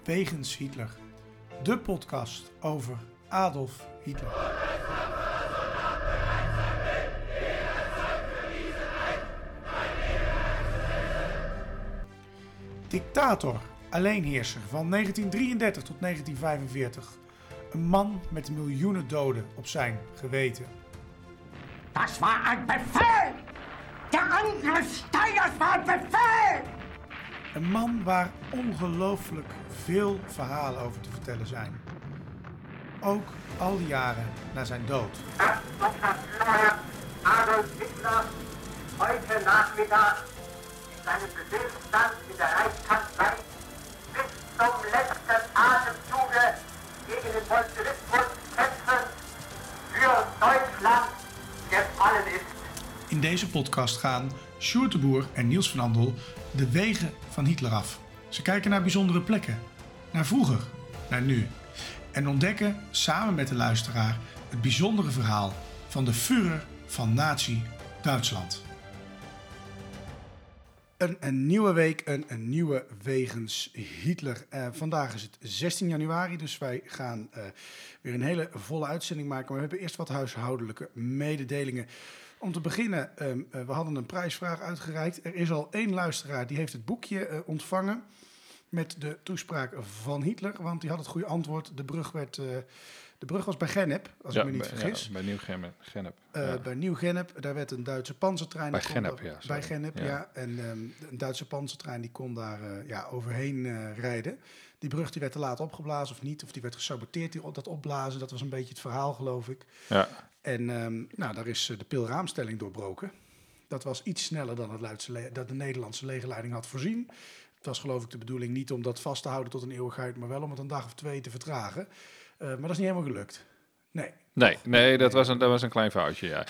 Wegens Hitler. De podcast over Adolf Hitler. Dictator, alleenheerser van 1933 tot 1945. Een man met miljoenen doden op zijn geweten. Das war ein Befehl! Der Angriff Steiners war ein Befehl! Een man waar ongelooflijk veel verhalen over te vertellen zijn. Ook al die jaren na zijn dood. Adolf Hitler heute Nachmittag seinen Befehlsstand in der Reichskanzlei bis zum letzten Atemzuge gegen den Bolschewismus kämpfen für Deutschland gefallen ist. In deze podcast gaan Sjoerd de Boer en Niels van Andel de wegen van Hitler af. Ze kijken naar bijzondere plekken, naar vroeger, naar nu. En ontdekken samen met de luisteraar het bijzondere verhaal van de Führer van Nazi-Duitsland. Een nieuwe week, een nieuwe wegens Hitler. Vandaag is het 16 januari, dus wij gaan weer een hele volle uitzending maken. Maar we hebben eerst wat huishoudelijke mededelingen. Om te beginnen, we hadden een prijsvraag uitgereikt. Er is al 1 luisteraar die heeft het boekje ontvangen met de toespraak van Hitler. Want die had het goede antwoord. De brug was bij Gennep, als ik me niet vergis. Ja, bij Nieuw-Gennep. Bij Nieuw-Gennep, daar werd een Duitse panzertrein. Bij Gennep, ja. Bij Gennep, ja. En een Duitse panzertrein die kon daar overheen rijden. Die brug die werd te laat opgeblazen of niet. Of die werd gesaboteerd, dat opblazen. Dat was een beetje het verhaal, geloof ik. Ja. En daar is de pilraamstelling doorbroken. Dat was iets sneller dan dat de Nederlandse legerleiding had voorzien. Het was geloof ik de bedoeling niet om dat vast te houden tot een eeuwigheid, maar wel om het een dag of 2 te vertragen. Maar dat is niet helemaal gelukt. Nee, dat was een klein foutje, ja.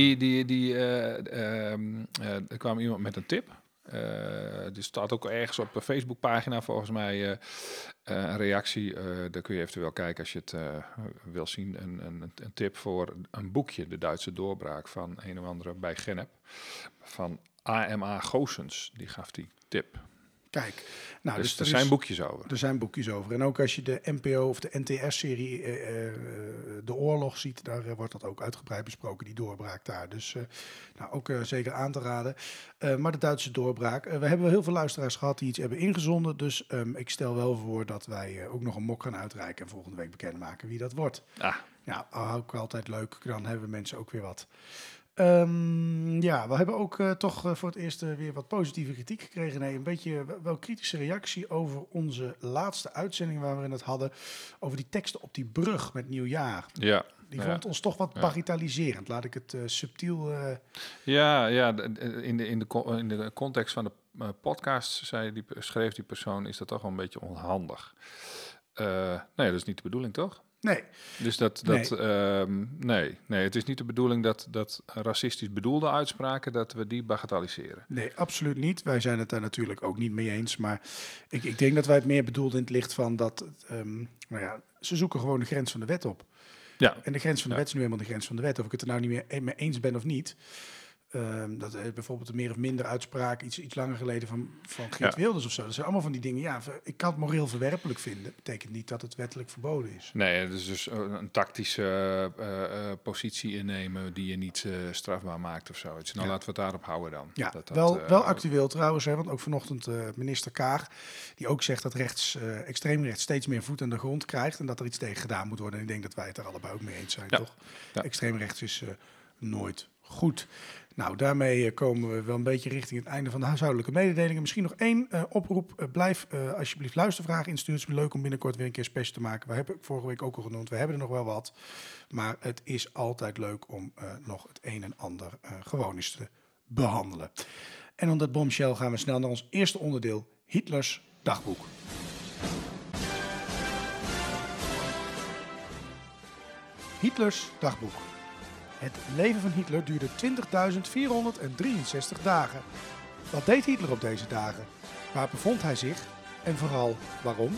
Er kwam iemand met een tip. Er staat ook ergens op de Facebookpagina volgens mij een reactie. Daar kun je eventueel kijken als je het wil zien. Een tip voor een boekje, De Duitse Doorbraak, van een of andere bij Gennep. Van A.M.A. Goossens, die gaf die tip. Kijk, nou, dus er zijn boekjes over. Er zijn boekjes over. En ook als je de NPO of de NTS-serie De Oorlog ziet, daar wordt dat ook uitgebreid besproken, die doorbraak daar. Dus ook zeker aan te raden. Maar de Duitse doorbraak. We hebben wel heel veel luisteraars gehad die iets hebben ingezonden. Dus ik stel wel voor dat wij ook nog een mok gaan uitreiken en volgende week bekendmaken wie dat wordt. Ja, ook altijd leuk. Dan hebben mensen ook weer wat. We hebben ook toch voor het eerst weer wat positieve kritiek gekregen. Nee, een beetje wel kritische reactie over onze laatste uitzending waar we het hadden over die teksten op die brug met Nieuwjaar. Ja. Die vond ons toch wat bagatelliserend. Laat ik het subtiel... In de context van de podcast schreef die persoon, is dat toch wel een beetje onhandig. Dat is niet de bedoeling, toch? Nee. Dus het is niet de bedoeling dat racistisch bedoelde uitspraken, dat we die bagatelliseren. Nee, absoluut niet. Wij zijn het daar natuurlijk ook niet mee eens. Maar ik denk dat wij het meer bedoelden in het licht van dat... ze zoeken gewoon de grens van de wet op. Ja. En de grens van de wet is nu helemaal de grens van de wet. Of ik het er nou niet meer mee eens ben of niet... dat bijvoorbeeld een meer of minder uitspraak iets langer geleden van Geert Wilders of zo. Dat zijn allemaal van die dingen. Ja, ik kan het moreel verwerpelijk vinden. Betekent niet dat het wettelijk verboden is. Nee, het is dus een tactische positie innemen die je niet strafbaar maakt of zo. Dus laten we het daarop houden dan. Ja, wel actueel trouwens, want ook vanochtend minister Kaag, die ook zegt dat extreem rechts steeds meer voet aan de grond krijgt en dat er iets tegen gedaan moet worden. En ik denk dat wij het er allebei ook mee eens zijn, toch? Ja. Extreem rechts is nooit goed. Nou, daarmee komen we wel een beetje richting het einde van de huishoudelijke mededelingen. Misschien nog 1 oproep. Blijf alsjeblieft luistervragen insturen. Het is leuk om binnenkort weer een keer special te maken. We hebben vorige week ook al genoemd. We hebben er nog wel wat. Maar het is altijd leuk om nog het een en ander gewoon eens te behandelen. En onder dat bombshell gaan we snel naar ons eerste onderdeel. Hitlers dagboek. Hitlers dagboek. Het leven van Hitler duurde 20.463 dagen. Wat deed Hitler op deze dagen? Waar bevond hij zich? En vooral waarom?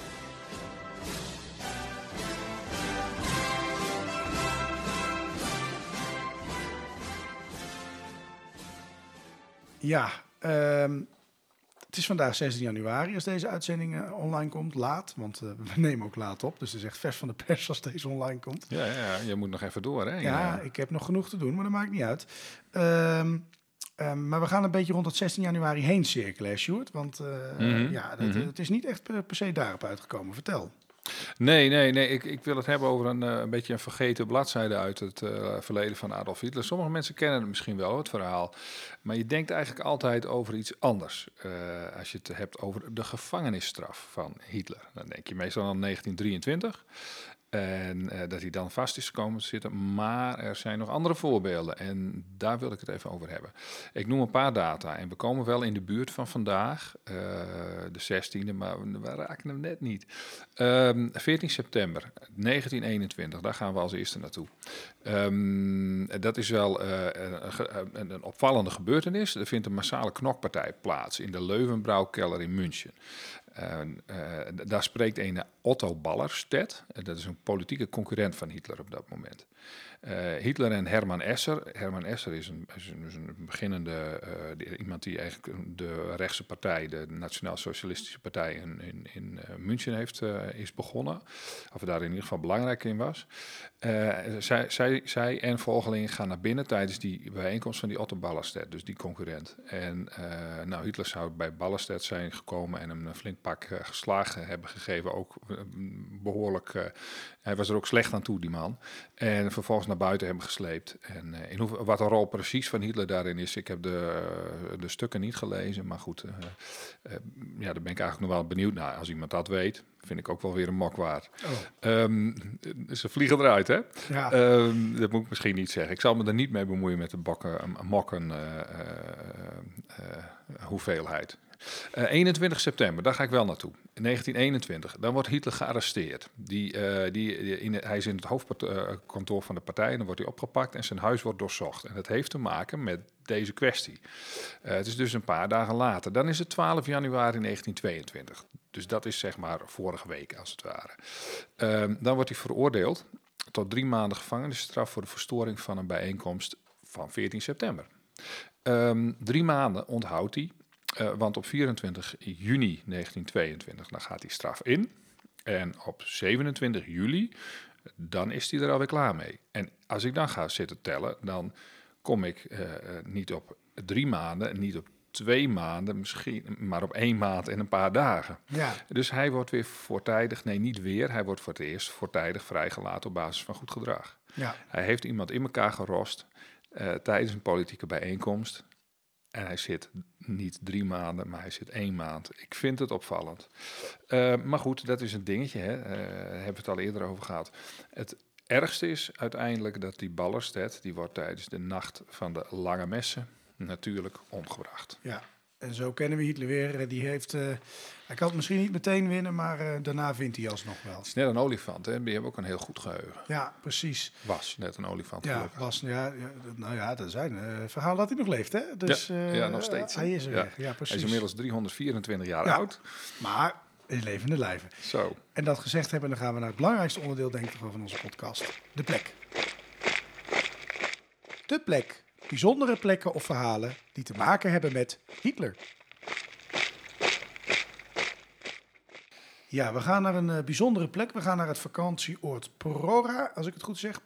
Ja, Het is vandaag 16 januari als deze uitzending online komt. Laat, want we nemen ook laat op. Dus het is echt vers van de pers als deze online komt. Ja, je moet nog even door, hè? Ja, ik heb nog genoeg te doen, maar dat maakt niet uit. Maar we gaan een beetje rond het 16 januari heen cirkelen, Sjoerd. Want het is niet echt per se daarop uitgekomen. Vertel. Nee. Ik wil het hebben over een beetje een vergeten bladzijde uit het verleden van Adolf Hitler. Sommige mensen kennen het misschien wel, het verhaal. Maar je denkt eigenlijk altijd over iets anders. Als je het hebt over de gevangenisstraf van Hitler. Dan denk je meestal aan 1923. En dat hij dan vast is komen te zitten. Maar er zijn nog andere voorbeelden. En daar wil ik het even over hebben. Ik noem een paar data. En we komen wel in de buurt van vandaag. De 16e, maar we raken hem net niet. 14 september 1921. Daar gaan we als eerste naartoe. Dat is wel een opvallende gebeurtenis. Er vindt een massale knokpartij plaats in de Löwenbräu-kelder in München. Daar spreekt een Otto Ballerstedt. Dat is een politieke concurrent van Hitler op dat moment. Hitler en Hermann Esser. Hermann Esser is een beginnende, iemand die eigenlijk de rechtse partij, de Nationaal-Socialistische Partij in München is begonnen. Of daar in ieder geval belangrijk in was. Zij en volgelingen gaan naar binnen tijdens die bijeenkomst van die Otto Ballerstedt, dus die concurrent. En Hitler zou bij Ballerstedt zijn gekomen en hem een flink pak geslagen hebben gegeven. Ook behoorlijk, hij was er ook slecht aan toe, die man. En vervolgens naar buiten hebben gesleept. En wat de rol precies van Hitler daarin is, ik heb de stukken niet gelezen. Maar goed, daar ben ik eigenlijk nog wel benieuwd naar. Als iemand dat weet, vind ik ook wel weer een mok waard. Ze vliegen eruit, hè? Ja. Dat moet ik misschien niet zeggen. Ik zal me er niet mee bemoeien met de mokken hoeveelheid. 21 september, daar ga ik wel naartoe. 1921, dan wordt Hitler gearresteerd. Hij is in het hoofdkantoor van de partij en dan wordt hij opgepakt en zijn huis wordt doorzocht. En dat heeft te maken met deze kwestie. Het is dus een paar dagen later. Dan is het 12 januari 1922. Dus dat is zeg maar vorige week als het ware. Dan wordt hij veroordeeld tot 3 maanden gevangenisstraf voor de verstoring van een bijeenkomst van 14 september. 3 maanden onthoudt hij. Want op 24 juni 1922 dan gaat die straf in. En op 27 juli, dan is hij er alweer klaar mee. En als ik dan ga zitten tellen, dan kom ik niet op 3 maanden, niet op 2 maanden misschien, maar op 1 maand en een paar dagen. Ja. Dus hij wordt weer voortijdig, hij wordt voor het eerst voortijdig vrijgelaten op basis van goed gedrag. Ja. Hij heeft iemand in elkaar gerost tijdens een politieke bijeenkomst. En hij zit niet 3 maanden, maar hij zit 1 maand. Ik vind het opvallend. Maar goed, dat is een dingetje. Hè. Daar hebben we het al eerder over gehad. Het ergste is uiteindelijk dat die Ballerstedt, die wordt tijdens de nacht van de Lange Messen natuurlijk omgebracht. Ja, en zo kennen we Hitler weer. Hij kan het misschien niet meteen winnen, maar daarna vindt hij alsnog wel. Het is net een olifant, hè? Die hebben ook een heel goed geheugen. Ja, precies. Was net een olifant. Ja, dat zijn verhaal dat hij nog leeft, hè? Dus, nog steeds. Hij is er weer. Ja, precies. Hij is inmiddels 324 jaar oud. Maar in levende lijven. Zo. En dat gezegd hebben, dan gaan we naar het belangrijkste onderdeel, denk ik, van onze podcast. De plek. De plek. Bijzondere plekken of verhalen die te maken hebben met Hitler. Ja, we gaan naar een bijzondere plek. We gaan naar het vakantieoord Prora, als ik het goed zeg.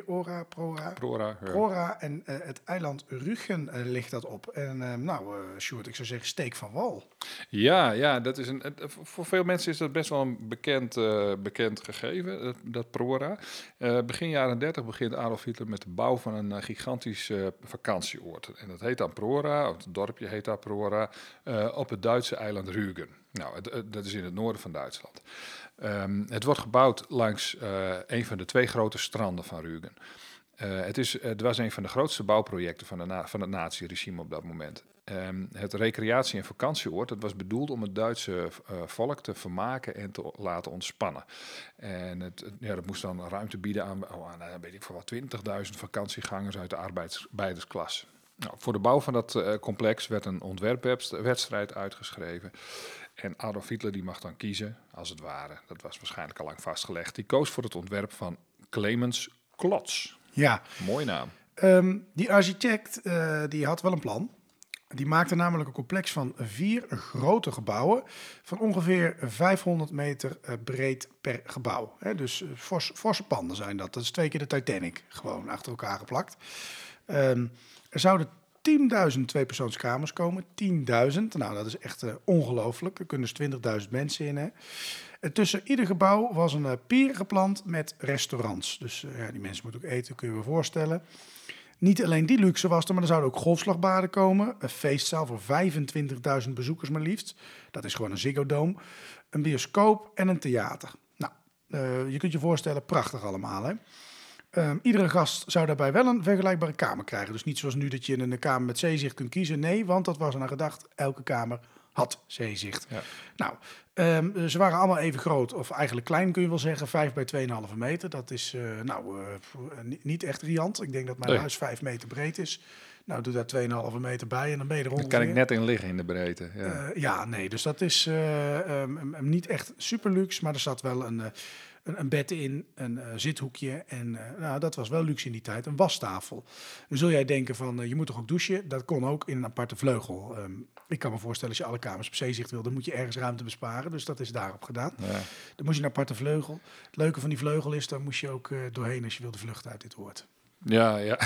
Prora. En het eiland Rügen ligt dat op. En Sjoerd, ik zou zeggen, steek van wal. Ja, dat is voor veel mensen is dat best wel een bekend gegeven, dat Prora. Begin jaren 30 begint Adolf Hitler met de bouw van een gigantisch vakantieoord. En dat heet dan Prora, het dorpje heet daar Prora, op het Duitse eiland Rügen. Nou, dat is in het noorden van Duitsland. Het wordt gebouwd langs een van de 2 grote stranden van Rügen. Het was een van de grootste bouwprojecten van het nazi-regime op dat moment. Het recreatie- en vakantieoord, dat was bedoeld om het Duitse volk te vermaken en te laten ontspannen. En dat moest dan ruimte bieden aan weet ik veel wat, 20.000 vakantiegangers uit de arbeidersklasse. Nou, voor de bouw van dat complex werd een ontwerpwedstrijd uitgeschreven. En Adolf Hitler die mag dan kiezen, als het ware. Dat was waarschijnlijk al lang vastgelegd. Die koos voor het ontwerp van Clemens Klotz. Ja. Mooie naam. Die architect die had wel een plan. Die maakte namelijk een complex van 4 grote gebouwen van ongeveer 500 meter breed per gebouw. Dus forse panden zijn dat. Dat is 2 keer de Titanic gewoon achter elkaar geplakt. Er zouden 10.000 tweepersoonskamers komen. 10.000. Nou, dat is echt ongelooflijk. Er kunnen dus 20.000 mensen in. Hè. En tussen ieder gebouw was een pier geplant met restaurants. Dus die mensen moeten ook eten, kun je je voorstellen. Niet alleen die luxe was er, maar er zouden ook golfslagbaden komen. Een feestzaal voor 25.000 bezoekers maar liefst. Dat is gewoon een Ziggo Dome. Een bioscoop en een theater. Nou, je kunt je voorstellen, prachtig allemaal, hè. Iedere gast zou daarbij wel een vergelijkbare kamer krijgen. Dus niet zoals nu dat je in een kamer met zeezicht kunt kiezen. Nee, want dat was er naar gedacht. Elke kamer had zeezicht. Ja. Nou, ze waren allemaal even groot. Of eigenlijk klein kun je wel zeggen. 5 bij 2,5 meter. Dat is niet echt riant. Ik denk dat mijn huis 5 meter breed is. Nou, doe daar 2,5 meter bij en dan ben je er ongeveer. Daar kan ik net in liggen in de breedte. Ja, nee. Dus dat is niet echt super luxe. Maar er zat wel een bed in, een zithoekje en dat was wel luxe in die tijd, een wastafel. Dan zul jij denken van, je moet toch ook douchen? Dat kon ook in een aparte vleugel. Ik kan me voorstellen, als je alle kamers op zeezicht wil, dan moet je ergens ruimte besparen. Dus dat is daarop gedaan. Ja. Dan moest je een aparte vleugel. Het leuke van die vleugel is, daar moest je ook doorheen als je wilde vluchten uit dit woord. Ja.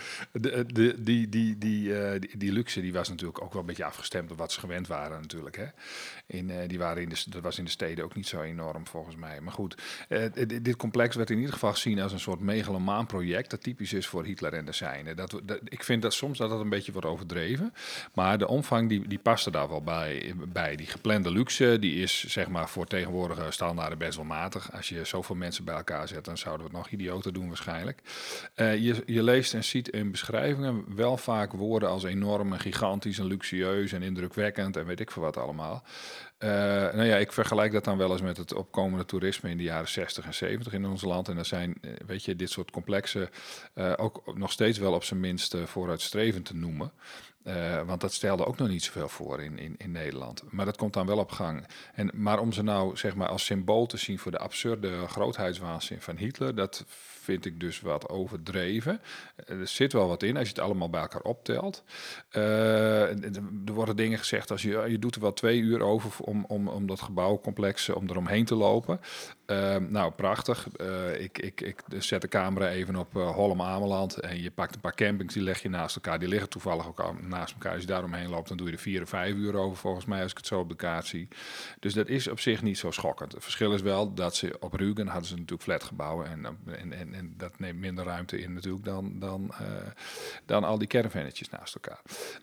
Die luxe die was natuurlijk ook wel een beetje afgestemd op wat ze gewend waren natuurlijk. Hè. Dat was in de steden ook niet zo enorm volgens mij. Maar goed, dit complex werd in ieder geval gezien als een soort megalomaan project dat typisch is voor Hitler en de zijnen. Ik vind dat soms dat een beetje wordt overdreven. Maar de omvang die paste daar wel bij. Die geplande luxe die is zeg maar voor tegenwoordige standaarden best wel matig. Als je zoveel mensen bij elkaar zet, dan zouden we het nog idioter doen waarschijnlijk. Je leest en ziet in beschrijvingen wel vaak woorden als enorm en gigantisch en luxueus en indrukwekkend en weet ik veel wat allemaal. Ik vergelijk dat dan wel eens met het opkomende toerisme in de jaren 60 en 70 in ons land. En dan zijn, dit soort complexen ook nog steeds wel op zijn minst vooruitstrevend te noemen. Want dat stelde ook nog niet zoveel voor in Nederland. Maar dat komt dan wel op gang. Maar om ze nou zeg maar als symbool te zien voor de absurde grootheidswaanzin van Hitler, dat vind ik dus wat overdreven. Er zit wel wat in als je het allemaal bij elkaar optelt. Er worden dingen gezegd als je doet er wel 2 uur over om dat gebouwcomplex om eromheen te lopen. Nou, prachtig. Ik zet de camera even op Holm-Ameland en je pakt een paar campings, die leg je naast elkaar. Die liggen toevallig ook naast elkaar. Als je daaromheen loopt, dan doe je er 4 of 5 uur over volgens mij, als ik het zo op de kaart zie. Dus dat is op zich niet zo schokkend. Het verschil is wel dat ze op Rügen hadden ze natuurlijk flatgebouwen en dat neemt minder ruimte in natuurlijk dan al die caravannetjes naast elkaar.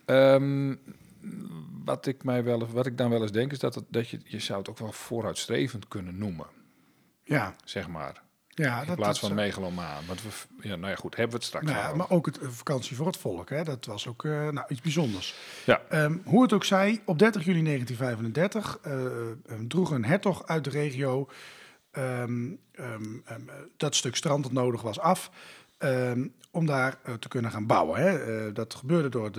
Wat ik dan wel eens denk is dat je zou het ook wel vooruitstrevend kunnen noemen. Ja. Zeg maar. Ja, in plaats van megalomaan. Want goed, hebben we het straks al. Maar ook het vakantie voor het volk, hè? Dat was ook iets bijzonders. Ja. Hoe het ook zij, op 30 juli 1935 droeg een hertog uit de regio dat stuk strand dat nodig was af om daar te kunnen gaan bouwen. Hè? Dat gebeurde door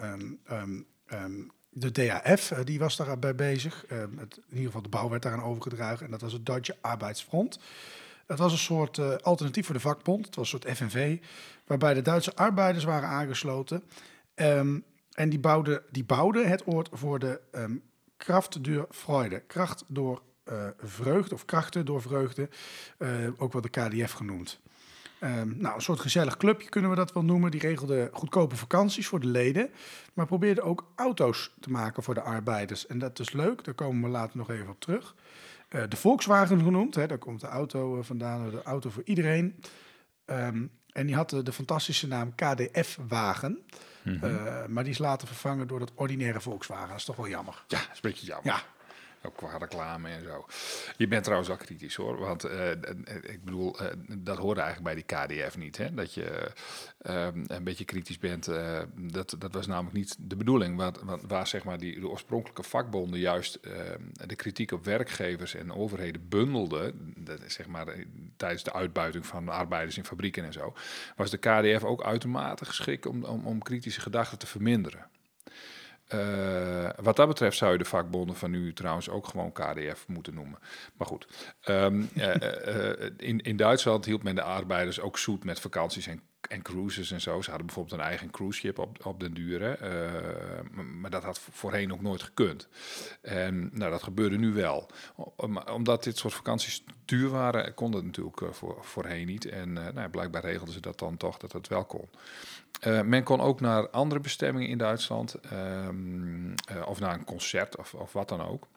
de DAF, die was daarbij bezig. In ieder geval de bouw werd daaraan overgedragen en dat was het Duitse Arbeidsfront. Dat was een soort alternatief voor de vakbond. Het was een soort FNV, waarbij de Duitse arbeiders waren aangesloten. En die bouwden het oord voor de Kraft door Freude. Kracht door vreugde, of krachten door vreugde. Ook wel de KDF genoemd. Een soort gezellig clubje kunnen we dat wel noemen. Die regelde goedkope vakanties voor de leden. Maar probeerde ook auto's te maken voor de arbeiders. En dat is leuk, daar komen we later nog even op terug. De Volkswagen genoemd, daar komt de auto vandaan, de auto voor iedereen. En die had de fantastische naam KDF-wagen. Mm-hmm. Maar die is later vervangen door dat ordinaire Volkswagen. Dat is toch wel jammer. Ja, dat is een beetje jammer. Ja. Ook qua reclame en zo. Je bent trouwens wel kritisch hoor. Want ik bedoel, dat hoorde eigenlijk bij die KDF niet. Hè? Dat je een beetje kritisch bent. Dat was namelijk niet de bedoeling. Waar zeg maar de oorspronkelijke vakbonden juist de kritiek op werkgevers en overheden bundelden. Zeg maar tijdens de uitbuiting van arbeiders in fabrieken en zo. Was de KDF ook uitermate geschikt om kritische gedachten te verminderen. Wat dat betreft zou je de vakbonden van nu trouwens ook gewoon KDF moeten noemen. Maar goed, in Duitsland hield men de arbeiders ook zoet met vakanties en cruises en zo. Ze hadden bijvoorbeeld een eigen cruiseschip op den duur. Maar dat had voorheen ook nooit gekund. En nou, dat gebeurde nu wel. Omdat dit soort vakanties duur waren, kon dat natuurlijk voorheen niet. En blijkbaar regelden ze dat dan toch, dat het wel kon. Men kon ook naar andere bestemmingen in Duitsland. Of naar een concert of wat dan ook.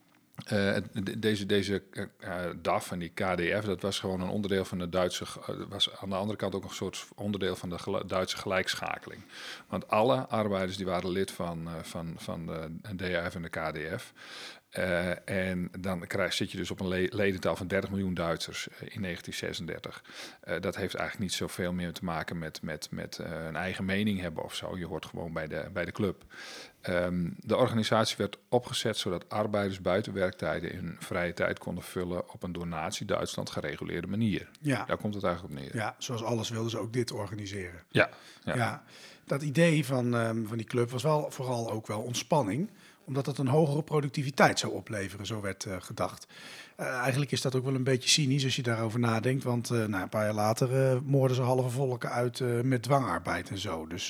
Deze DAF en die KDF, dat was gewoon een onderdeel van de Duitse... was aan de andere kant ook een soort onderdeel van de Duitse gelijkschakeling. Want alle arbeiders die waren lid van de DAF en de KDF. En dan zit je dus op een ledental van 30 miljoen Duitsers in 1936. Dat heeft eigenlijk niet zoveel meer te maken met een eigen mening hebben of zo. Je hoort gewoon bij de club. De organisatie werd opgezet zodat arbeiders buiten werktijden hun vrije tijd konden vullen op een door Nazi-Duitsland gereguleerde manier. Ja. Daar komt het eigenlijk op neer. Ja, zoals alles wilden ze ook dit organiseren. Ja. Dat idee van die club was wel vooral ook wel ontspanning, omdat het een hogere productiviteit zou opleveren, zo werd gedacht. Eigenlijk is dat ook wel een beetje cynisch als je daarover nadenkt, want een paar jaar later moorden ze halve volken uit met dwangarbeid en zo. Dus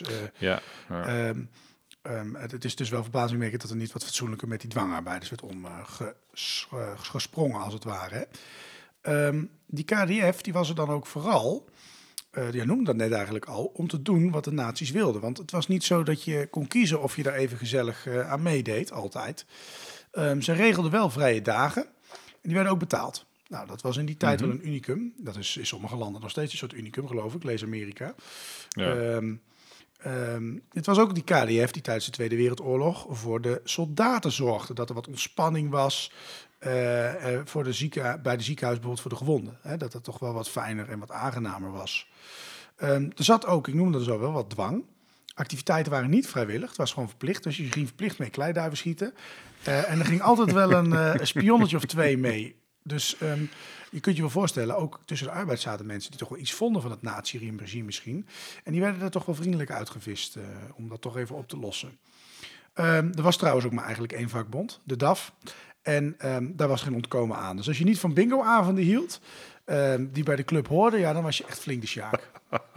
het is dus wel verbazingwekkend dat er niet wat fatsoenlijker met die dwangarbeiders werd gesprongen, als het ware. Die KDF die was er dan ook vooral, jij noemde dat net eigenlijk al, om te doen wat de nazi's wilden. Want het was niet zo dat je kon kiezen of je daar even gezellig aan meedeed, altijd. Ze regelden wel vrije dagen en die werden ook betaald. Nou, dat was in die tijd wel een unicum. Dat is in sommige landen nog steeds een soort unicum, geloof ik. Lees Amerika. Ja. Het was ook die KDF die tijdens de Tweede Wereldoorlog voor de soldaten zorgde. Dat er wat ontspanning was bij de ziekenhuis, bijvoorbeeld voor de gewonden. Hè, dat het toch wel wat fijner en wat aangenamer was. Er zat ook, ik noemde dat zo wel, wat dwang. Activiteiten waren niet vrijwillig, het was gewoon verplicht. Dus je ging verplicht mee kleiduiven schieten. En er ging altijd wel een spionnetje of twee mee. Dus je kunt je wel voorstellen, ook tussen de arbeid zaten mensen die toch wel iets vonden van het nazi-regime misschien. En die werden er toch wel vriendelijk uitgevist om dat toch even op te lossen. Er was trouwens ook maar eigenlijk één vakbond, de DAF. En daar was geen ontkomen aan. Dus als je niet van bingo-avonden hield, die bij de club hoorden, ja, dan was je echt flink de sjaak.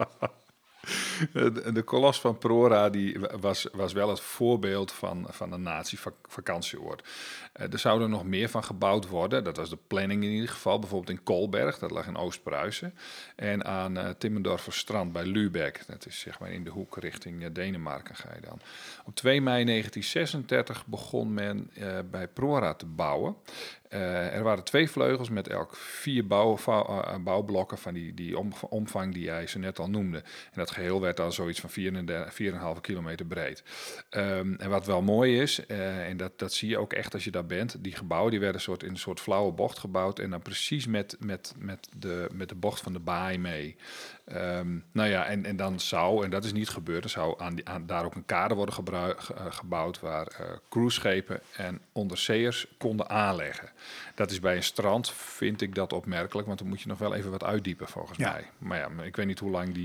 De kolos van Prora die was wel het voorbeeld van een nazi-vakantieoord. Er zouden nog meer van gebouwd worden. Dat was de planning in ieder geval. Bijvoorbeeld in Kolberg, dat lag in Oost-Pruisen. En aan Timmendorferstrand bij Lübeck. Dat is zeg maar in de hoek richting Denemarken ga je dan. Op 2 mei 1936 begon men bij Prora te bouwen. Er waren 2 vleugels met elk 4 bouwblokken van die omvang die jij zo net al noemde. En dat geheel werd dan zoiets van 4,5 kilometer breed. En wat wel mooi is, en dat zie je ook echt als je daar bent, die gebouwen die werden in een soort flauwe bocht gebouwd en dan precies met de bocht van de baai mee. En dan zou, en dat is niet gebeurd, er zou daar ook een kade worden gebouwd waar cruiseschepen en onderzeeërs konden aanleggen. Dat is bij een strand, vind ik dat opmerkelijk, want dan moet je nog wel even wat uitdiepen volgens mij. Maar ja, ik weet niet hoe lang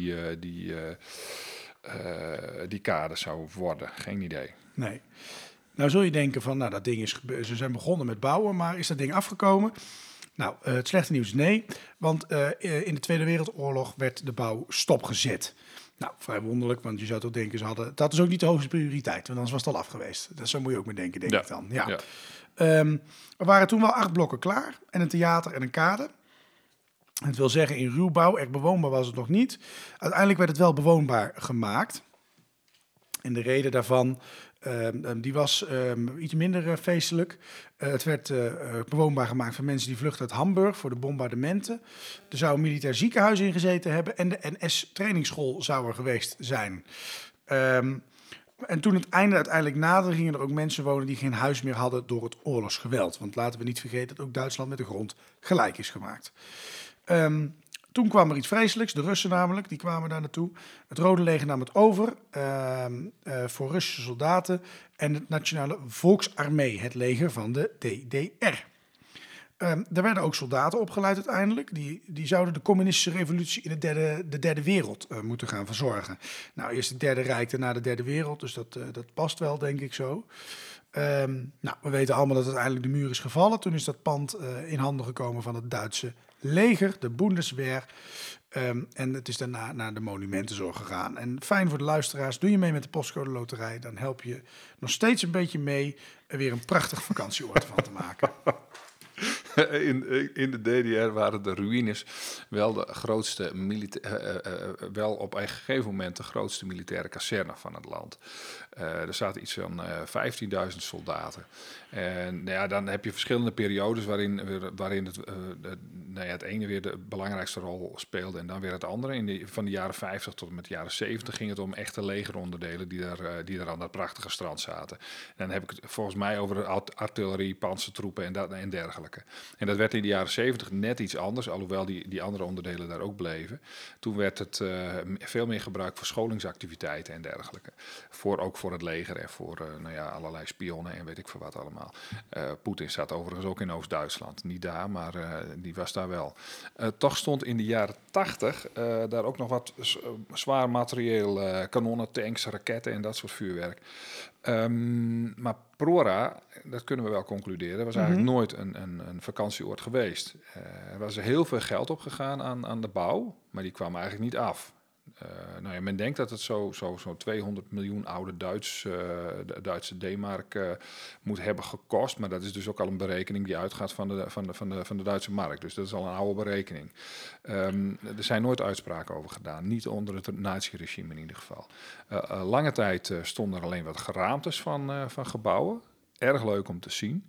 die kade zou worden, geen idee. Nee. Nou zul je denken van, dat ding is ze zijn begonnen met bouwen, maar is dat ding afgekomen? Nou, het slechte nieuws is nee, want in de Tweede Wereldoorlog werd de bouw stopgezet. Nou, vrij wonderlijk, want je zou toch denken, dat is ook niet de hoogste prioriteit, want anders was het al af geweest. Dat zo moet je ook mee denken, denk ik dan. Ja. Er waren toen wel 8 blokken klaar en een theater en een kade. Het wil zeggen, in ruwbouw, echt bewoonbaar was het nog niet. Uiteindelijk werd het wel bewoonbaar gemaakt. En de reden daarvan, die was iets minder feestelijk. Het werd bewoonbaar gemaakt voor mensen die vluchtten uit Hamburg voor de bombardementen. Er zou een militair ziekenhuis in gezeten hebben en de NS-trainingsschool zou er geweest zijn. En toen het einde uiteindelijk naderde, gingen er ook mensen wonen die geen huis meer hadden door het oorlogsgeweld. Want laten we niet vergeten dat ook Duitsland met de grond gelijk is gemaakt. Toen kwam er iets vreselijks, de Russen namelijk, die kwamen daar naartoe. Het Rode Leger nam het over voor Russische soldaten en het Nationale Volksarmee, het leger van de DDR. Er werden ook soldaten opgeleid uiteindelijk. Die zouden de communistische revolutie in de derde wereld moeten gaan verzorgen. Nou, eerst het Derde Rijk, daarna de Derde Wereld, dus dat past wel, denk ik zo. We weten allemaal dat uiteindelijk de muur is gevallen. Toen is dat pand in handen gekomen van het Duitse leger, de Bundeswehr. En het is daarna naar de Monumentenzorg gegaan. En fijn voor de luisteraars, doe je mee met de Postcode Loterij, dan help je nog steeds een beetje mee er weer een prachtig vakantieoord van te maken. In de DDR waren de ruïnes wel de grootste wel op een gegeven moment de grootste militaire kazerne van het land. Er zaten iets van 15.000 soldaten. En dan heb je verschillende periodes waarin het ene weer de belangrijkste rol speelde en dan weer het andere. Van de jaren 50 tot en met de jaren 70 ging het om echte legeronderdelen die daar aan dat prachtige strand zaten. En dan heb ik het volgens mij over artillerie, pantsertroepen en dergelijke. En dat werd in de jaren 70 net iets anders, alhoewel die andere onderdelen daar ook bleven. Toen werd het veel meer gebruikt voor scholingsactiviteiten en dergelijke. Ook voor het leger en voor allerlei spionnen en weet ik veel wat allemaal. Poetin zat overigens ook in Oost-Duitsland. Niet daar, maar die was daar wel. Toch stond in de jaren 80 daar ook nog wat zwaar materieel, kanonnen, tanks, raketten en dat soort vuurwerk. Maar Prora, dat kunnen we wel concluderen, was eigenlijk nooit een vakantieoord geweest. Er was heel veel geld opgegaan aan de bouw, maar die kwam eigenlijk niet af. Men denkt dat het zo 200 miljoen oude Duitse D-mark moet hebben gekost. Maar dat is dus ook al een berekening die uitgaat van de Duitse markt. Dus dat is al een oude berekening. Er zijn nooit uitspraken over gedaan. Niet onder het nazi-regime in ieder geval. Lange tijd stonden er alleen wat geraamtes van gebouwen. Erg leuk om te zien.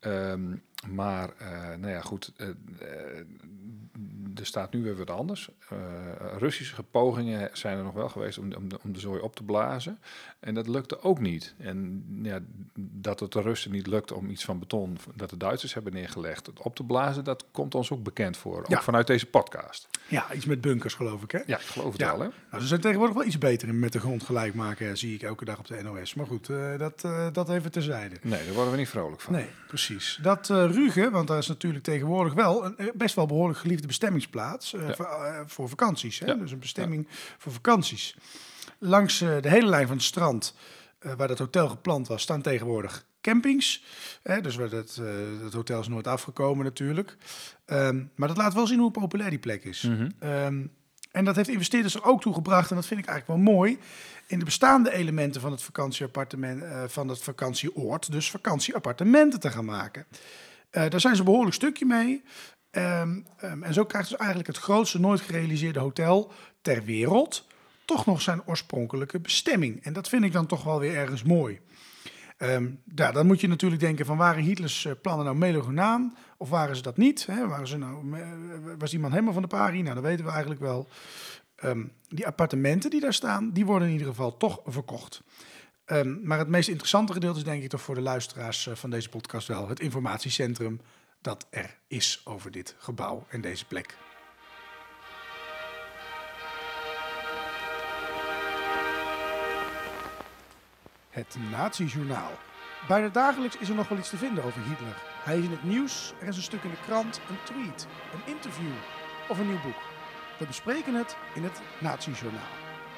Er staat nu weer wat anders. Russische pogingen zijn er nog wel geweest om de zooi op te blazen. En dat lukte ook niet. En dat het de Russen niet lukt om iets van beton dat de Duitsers hebben neergelegd op te blazen, dat komt ons ook bekend voor. Ook vanuit deze podcast. Ja, iets met bunkers geloof ik, hè? Ja, ik geloof het wel, hè? Nou, ze zijn tegenwoordig wel iets beter in met de grond gelijk maken, zie ik elke dag op de NOS. Maar goed, dat even terzijde. Nee, daar worden we niet vrolijk van. Nee, precies. Dat Rügen, want daar is natuurlijk tegenwoordig wel een best wel behoorlijk geliefde bestemmingsplaats voor vakanties. Hè? Ja. Dus een bestemming voor vakanties. Langs de hele lijn van het strand, waar dat hotel gepland was, staan tegenwoordig campings. Dus het hotel is nooit afgekomen natuurlijk. Maar dat laat wel zien hoe populair die plek is. En dat heeft investeerders er ook toe gebracht, en dat vind ik eigenlijk wel mooi, in de bestaande elementen van het vakantieappartement, van het vakantieoord, dus vakantieappartementen te gaan maken. Daar zijn ze een behoorlijk stukje mee. En zo krijgt dus eigenlijk het grootste nooit gerealiseerde hotel ter wereld toch nog zijn oorspronkelijke bestemming. En dat vind ik dan toch wel weer ergens mooi. Dan moet je natuurlijk denken van, waren Hitlers plannen nou melogonaam of waren ze dat niet? Hè? Was die man helemaal van de pari? Nou, dat weten we eigenlijk wel. Die appartementen die daar staan, die worden in ieder geval toch verkocht. Maar het meest interessante gedeelte is denk ik toch voor de luisteraars van deze podcast wel het informatiecentrum dat er is over dit gebouw en deze plek. Het Nazi-journaal. Bijna dagelijks is er nog wel iets te vinden over Hitler. Hij is in het nieuws, er is een stuk in de krant, een tweet, een interview of een nieuw boek. We bespreken het in het Nazi-journaal.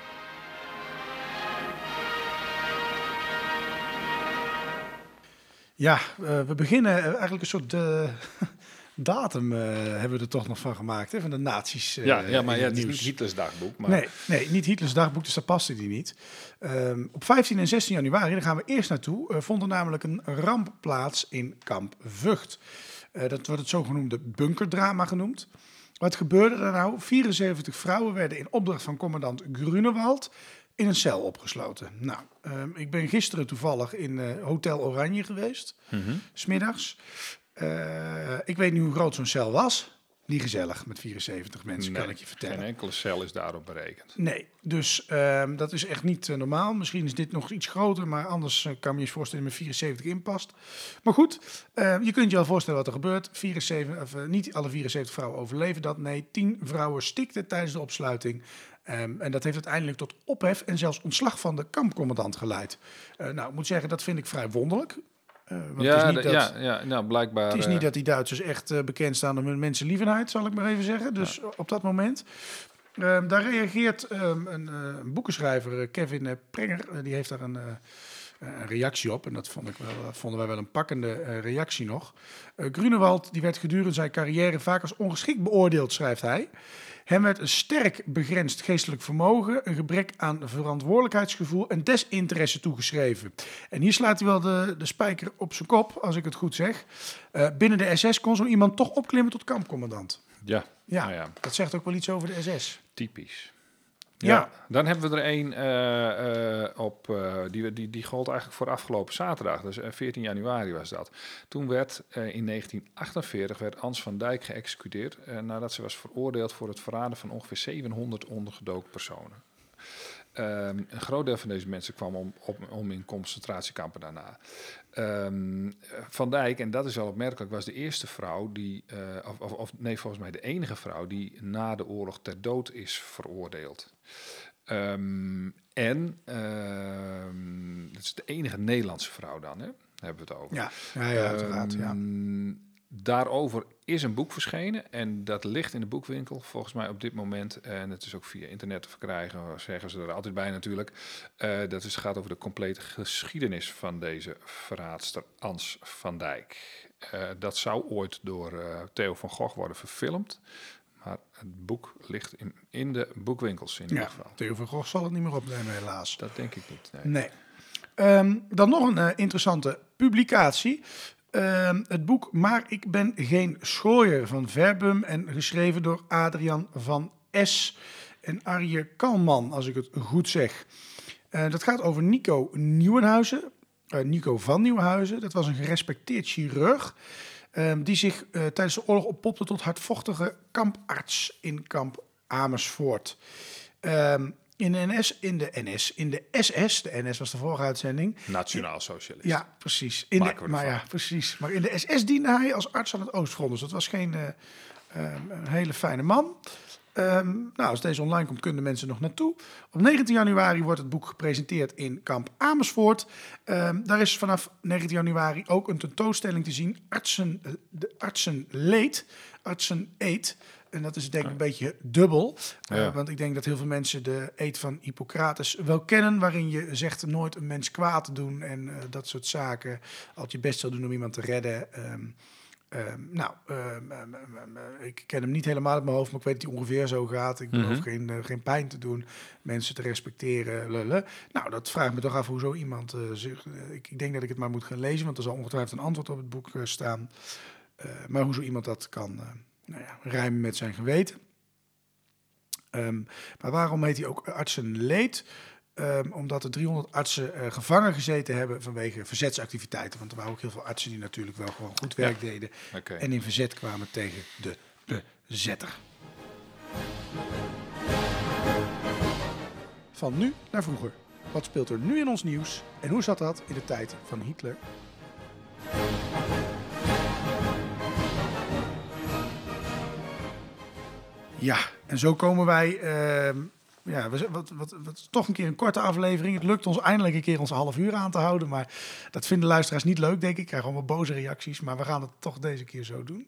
Ja, we beginnen eigenlijk een soort datum hebben we er toch nog van gemaakt, hè, van de nazi's. Maar het is niet Hitlers dagboek. Maar... Nee, niet Hitlers dagboek, dus daar paste die niet. Op 15 en 16 januari, daar gaan we eerst naartoe, vond er namelijk een ramp plaats in kamp Vught. Dat wordt het zogenoemde bunkerdrama genoemd. Wat gebeurde er nou? 74 vrouwen werden in opdracht van commandant Grunewald in een cel opgesloten. Nou, ik ben gisteren toevallig in Hotel Oranje geweest, 's middags. Ik weet niet hoe groot zo'n cel was. Niet gezellig met 74 mensen, kan ik je vertellen. Geen enkele cel is daarop berekend. Nee, dus dat is echt niet normaal. Misschien is dit nog iets groter, maar anders kan je je voorstellen met 74 inpast. Maar goed, je kunt je al voorstellen wat er gebeurt. Niet alle 74 vrouwen overleven dat. Nee, 10 vrouwen stikten tijdens de opsluiting. En dat heeft uiteindelijk tot ophef en zelfs ontslag van de kampcommandant geleid. Nou, ik moet zeggen, dat vind ik vrij wonderlijk. Blijkbaar. Het is niet dat die Duitsers echt bekend staan om hun mensenlievendheid, zal ik maar even zeggen. Dus op dat moment. Daar reageert een boekenschrijver, Kevin Prenger, die heeft daar een reactie op. En dat vonden wij wel een pakkende reactie nog. Grunewald die werd gedurende zijn carrière vaak als ongeschikt beoordeeld, schrijft hij. Hem werd een sterk begrensd geestelijk vermogen, een gebrek aan verantwoordelijkheidsgevoel en desinteresse toegeschreven. En hier slaat hij wel de spijker op zijn kop, als ik het goed zeg. Binnen de SS kon zo iemand toch opklimmen tot kampcommandant. Ja. Ja, Nou ja, dat zegt ook wel iets over de SS. typisch. Ja. Ja, dan hebben we er één die gold eigenlijk voor afgelopen zaterdag. Dus 14 januari was dat. Toen werd in 1948 werd Ans van Dijk geëxecuteerd nadat ze was veroordeeld voor het verraden van ongeveer 700 ondergedoken personen. Een groot deel van deze mensen kwam om in concentratiekampen daarna. Van Dijk, en dat is wel opmerkelijk, was de eerste vrouw die, volgens mij de enige vrouw die na de oorlog ter dood is veroordeeld. Het is de enige Nederlandse vrouw dan, hè? Daar hebben we het over. Ja, uiteraard. Ja. Daarover is een boek verschenen en dat ligt in de boekwinkel volgens mij op dit moment. En het is ook via internet te verkrijgen, zeggen ze er altijd bij natuurlijk. Dat gaat over de complete geschiedenis van deze verraadster Ans van Dijk. Dat zou ooit door Theo van Gogh worden verfilmd. Maar het boek ligt in de boekwinkels in ieder geval. Theo van Gogh zal het niet meer opnemen, helaas. Dat denk ik niet. Nee. Dan nog een interessante publicatie. Het boek Maar ik ben geen schooier van Verbum en geschreven door Adrian van S. en Arje Kalman, als ik het goed zeg. Dat gaat over Nico Nieuwenhuizen. Nico van Nieuwenhuizen. Dat was een gerespecteerd chirurg die zich tijdens de oorlog oppopte tot hardvochtige kamparts in kamp Amersfoort. In de SS, de NS was de vorige uitzending. Nationaal Socialist. Ja, precies. Precies. Maar in de SS diende hij als arts aan het Oostfront. Dus dat was geen een hele fijne man. Als deze online komt, kunnen mensen nog naartoe. Op 19 januari wordt het boek gepresenteerd in kamp Amersfoort. Daar is vanaf 19 januari ook een tentoonstelling te zien. Artsen Eed. En dat is denk ik een beetje dubbel. Want ik denk dat heel veel mensen de eed van Hippocrates wel kennen. Waarin je zegt nooit een mens kwaad te doen. En dat soort zaken. Altijd je best zal doen om iemand te redden. Ik ken hem niet helemaal uit mijn hoofd. Maar ik weet dat hij ongeveer zo gaat. Ik beloof geen pijn te doen. Mensen te respecteren. Nou, dat vraagt me toch af hoe zo iemand zich... Ik denk dat ik het maar moet gaan lezen. Want er zal ongetwijfeld een antwoord op het boek staan. Maar hoe zo iemand dat kan... rijmen met zijn geweten. Maar waarom heet hij ook artsenleed? Omdat er 300 artsen gevangen gezeten hebben vanwege verzetsactiviteiten. Want er waren ook heel veel artsen die natuurlijk wel gewoon goed werk deden. Okay. En in verzet kwamen tegen de bezetter. Van nu naar vroeger. Wat speelt er nu in ons nieuws? En hoe zat dat in de tijd van Hitler? Ja, en zo komen wij... wat toch een keer een korte aflevering. Het lukt ons eindelijk een keer ons half uur aan te houden. Maar dat vinden luisteraars niet leuk, denk ik. Ik krijg allemaal boze reacties. Maar we gaan het toch deze keer zo doen.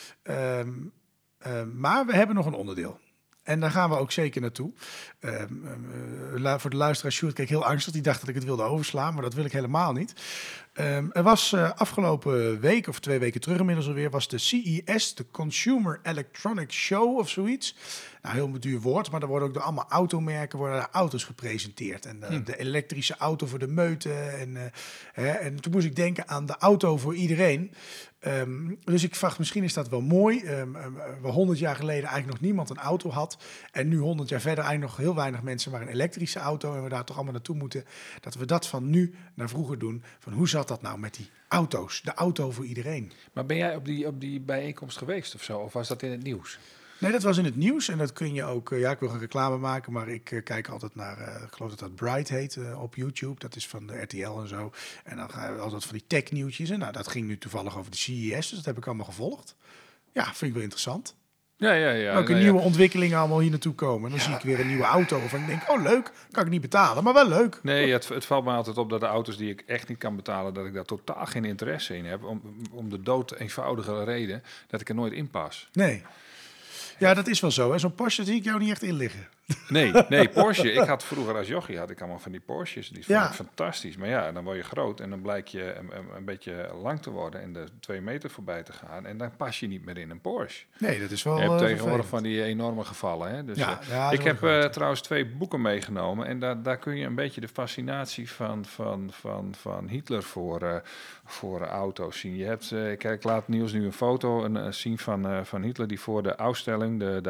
Maar we hebben nog een onderdeel. En daar gaan we ook zeker naartoe. Voor de luisteraar, Sjoerd keek heel angstig. Die dacht dat ik het wilde overslaan, maar dat wil ik helemaal niet. Er was afgelopen week, of 2 weken terug inmiddels alweer... was de CES, de Consumer Electronics Show of zoiets. Nou, heel duur woord, maar er worden ook door allemaal automerken... worden daar auto's gepresenteerd. En de elektrische auto voor de meute. En toen moest ik denken aan de auto voor iedereen... Dus ik dacht, misschien is dat wel mooi. Waar 100 jaar geleden eigenlijk nog niemand een auto had. En nu 100 jaar verder eigenlijk nog heel weinig mensen maar een elektrische auto. En we daar toch allemaal naartoe moeten. Dat we dat van nu naar vroeger doen. Van hoe zat dat nou met die auto's? De auto voor iedereen. Maar ben jij op die bijeenkomst geweest of zo? Of was dat in het nieuws? Nee, dat was in het nieuws. En dat kun je ook... ik wil geen reclame maken, maar ik kijk altijd naar... ik geloof dat Bright heet op YouTube. Dat is van de RTL en zo. En dan gaan we altijd van die tech-nieuwtjes. En dat ging nu toevallig over de CES. Dus dat heb ik allemaal gevolgd. Ja, vind ik wel interessant. Ja. Ook een nieuwe ontwikkelingen allemaal hier naartoe komen. En dan zie ik weer een nieuwe auto. Of ik denk, oh leuk, kan ik niet betalen, maar wel leuk. Nee, het valt me altijd op dat de auto's die ik echt niet kan betalen... dat ik daar totaal geen interesse in heb. Om de dood eenvoudige reden dat ik er nooit in pas. Nee. Ja, dat is wel zo. Hè? Zo'n Porsche zie ik jou niet echt in liggen. Nee, Porsche. Ik had vroeger als jochie had ik allemaal van die Porsches. Die vond Ja. ik fantastisch. Maar ja, dan word je groot en dan blijkt je een beetje lang te worden en de 2 meter voorbij te gaan. En dan pas je niet meer in een Porsche. Nee, dat is wel Je hebt tegenwoordig vervelend. van die enorme gevallen. Hè? Dus, Ja, ik zo heb groot. trouwens 2 boeken meegenomen. En daar kun je een beetje de fascinatie van Hitler voor auto's zien. Je hebt, ik laat Niels nu een foto zien van Hitler die voor de uitstelling, de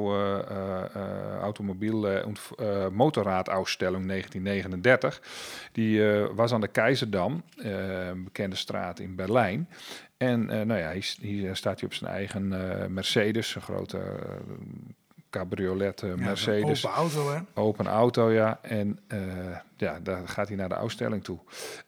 automobiel motorraadausstelling 1939. Die was aan de Keizerdam, een bekende straat in Berlijn. En hier staat hij op zijn eigen Mercedes, een grote cabriolet Mercedes. Open auto, hè? Open auto, ja. En daar gaat hij naar de uitstelling toe.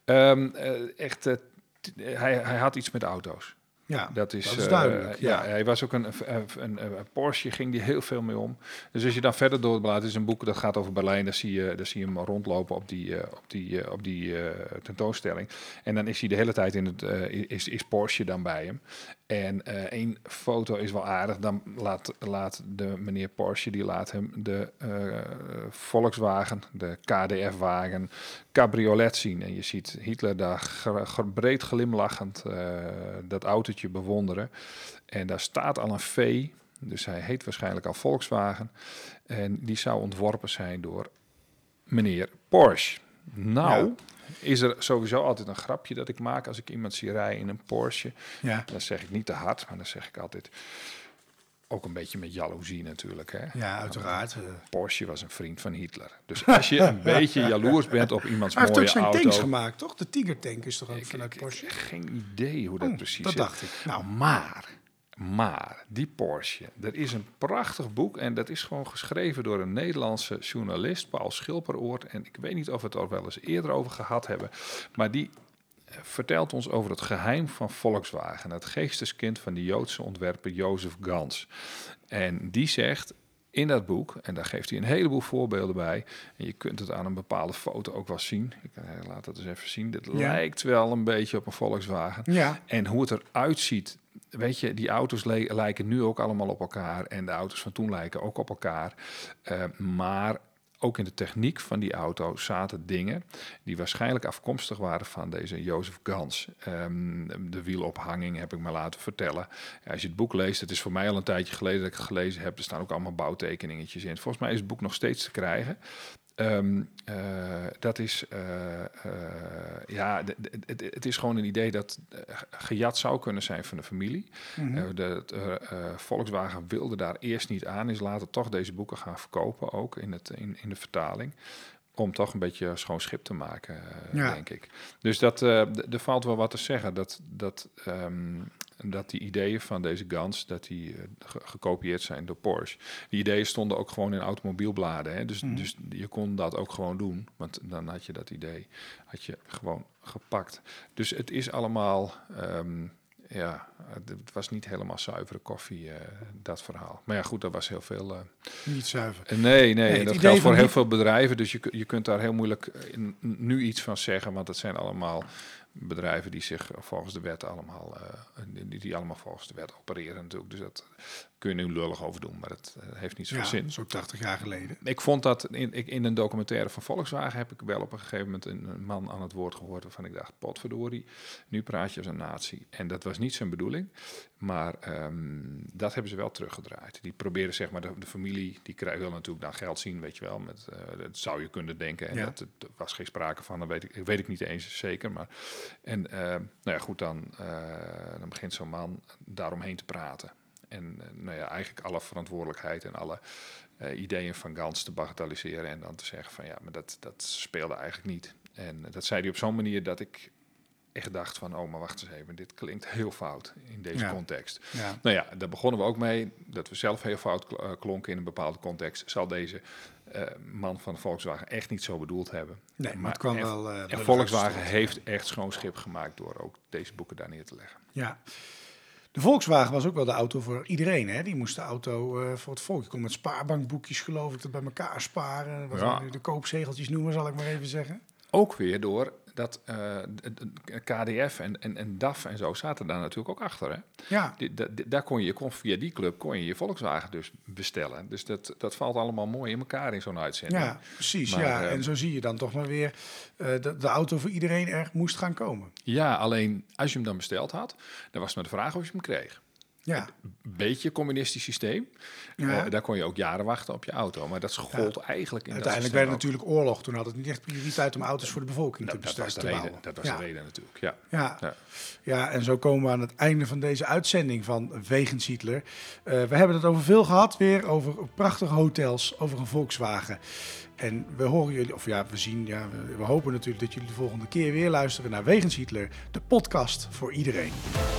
Hij had iets met auto's. Ja, Dat is duidelijk. Ja, hij was ook een Porsche, ging die heel veel mee om. Dus als je dan verder doorbladt, is een boek dat gaat over Berlijn. Daar zie je hem rondlopen op die tentoonstelling. En dan is hij de hele tijd is Porsche dan bij hem. En één foto is wel aardig. Dan laat de meneer Porsche, die laat hem de Volkswagen, de KDF-wagen, cabriolet zien. En je ziet Hitler daar breed glimlachend dat autootje bewonderen. En daar staat al een V, dus hij heet waarschijnlijk al Volkswagen. En die zou ontworpen zijn door meneer Porsche. Nou, is er sowieso altijd een grapje dat ik maak als ik iemand zie rijden in een Porsche. Ja. Dan zeg ik niet te hard, maar dan zeg ik altijd, ook een beetje met jaloezie natuurlijk. Hè? Ja, uiteraard. Porsche was een vriend van Hitler. Dus als je een beetje jaloers bent op iemands Hij heeft mooie ook zijn auto... tanks gemaakt, toch? De Tiger tank is toch ook vanuit Porsche? Ik heb geen idee hoe dat precies dat zit. dacht ik. Nou. Maar die Porsche, er is een prachtig boek en dat is gewoon geschreven door een Nederlandse journalist, Paul Schilperoort. En ik weet niet of we het er wel eens eerder over gehad hebben, maar die vertelt ons over het geheim van Volkswagen, het geesteskind van de Joodse ontwerper Jozef Gans. En die zegt in dat boek, en daar geeft hij een heleboel voorbeelden bij, en je kunt het aan een bepaalde foto ook wel zien. Ik laat dat eens even zien. Dit lijkt wel een beetje op een Volkswagen. Ja. En hoe het eruit ziet, weet je, die auto's lijken nu ook allemaal op elkaar en de auto's van toen lijken ook op elkaar. Maar ook in de techniek van die auto zaten dingen die waarschijnlijk afkomstig waren van deze Jozef Gans. De wielophanging heb ik me laten vertellen. Ja, als je het boek leest, het is voor mij al een tijdje geleden dat ik het gelezen heb. Er staan ook allemaal bouwtekeningetjes in. Volgens mij is het boek nog steeds te krijgen. Dat is, het is gewoon een idee dat gejat zou kunnen zijn van de familie. Volkswagen wilde daar eerst niet aan, is later toch deze boeken gaan verkopen, ook in de vertaling. Om toch een beetje schoon schip te maken, denk ik. Dus er valt wel wat te zeggen. Dat die ideeën van deze Gans, dat die gekopieerd zijn door Porsche. Die ideeën stonden ook gewoon in automobielbladen. Hè? Dus je kon dat ook gewoon doen. Want dan had je dat idee gewoon gepakt. Dus het is allemaal... het was niet helemaal zuivere koffie, dat verhaal. Maar ja, goed, dat was heel veel... Niet zuiver. Nee, dat geldt voor heel veel bedrijven. Dus je kunt daar heel moeilijk nu iets van zeggen, want het zijn allemaal bedrijven die zich volgens de wet allemaal... die allemaal volgens de wet opereren natuurlijk. Dus dat kun je nu lullig over doen, maar dat heeft niet zoveel zin. Dat is ook 80 jaar geleden. Ik vond dat in een documentaire van Volkswagen heb ik wel op een gegeven moment een man aan het woord gehoord waarvan ik dacht, potverdorie, nu praat je als een nazi. En dat was niet zijn bedoeling, maar dat hebben ze wel teruggedraaid. Die proberen zeg maar, de familie, die wil natuurlijk dan geld zien, weet je wel. Dat zou je kunnen denken. En dat was geen sprake van, dat weet ik niet eens zeker. Maar, en goed, dan begint zo'n man daaromheen te praten. En eigenlijk alle verantwoordelijkheid en alle ideeën van Gans te bagatelliseren. En dan te zeggen van ja, maar dat speelde eigenlijk niet. En dat zei hij op zo'n manier dat ik echt dacht van, oh, maar wacht eens even, dit klinkt heel fout in deze context. Ja. Daar begonnen we ook mee, dat we zelf heel fout klonken in een bepaalde context. Zal deze man van Volkswagen echt niet zo bedoeld hebben. Nee, maar het kwam wel... en Volkswagen heeft echt schoon schip gemaakt door ook deze boeken daar neer te leggen. Ja. De Volkswagen was ook wel de auto voor iedereen. Hè? Die moest de auto voor het volk. Je kon met spaarbankboekjes, geloof ik, dat bij elkaar sparen. Wat we nu de koopzegeltjes noemen, zal ik maar even zeggen. Ook weer door dat KDF en DAF en zo zaten daar natuurlijk ook achter. Hè? Ja. Daar kon je via die club je Volkswagen dus bestellen. Dus dat valt allemaal mooi in elkaar in zo'n uitzending. Ja, precies. Maar, en zo zie je dan toch maar weer de auto voor iedereen er moest gaan komen. Ja, alleen als je hem dan besteld had, dan was het maar de vraag of je hem kreeg. Ja. Een beetje communistisch systeem. Ja. Daar kon je ook jaren wachten op je auto. Maar dat gold eigenlijk in uiteindelijk werd het natuurlijk oorlog. Toen had het niet echt prioriteit om auto's voor de bevolking te bouwen. Dat was de reden natuurlijk, Ja, en zo komen we aan het einde van deze uitzending van Wegens Hitler. We hebben het over veel gehad weer, over prachtige hotels, over een Volkswagen. En we horen jullie, we hopen natuurlijk dat jullie de volgende keer weer luisteren naar Wegens Hitler, de podcast voor iedereen.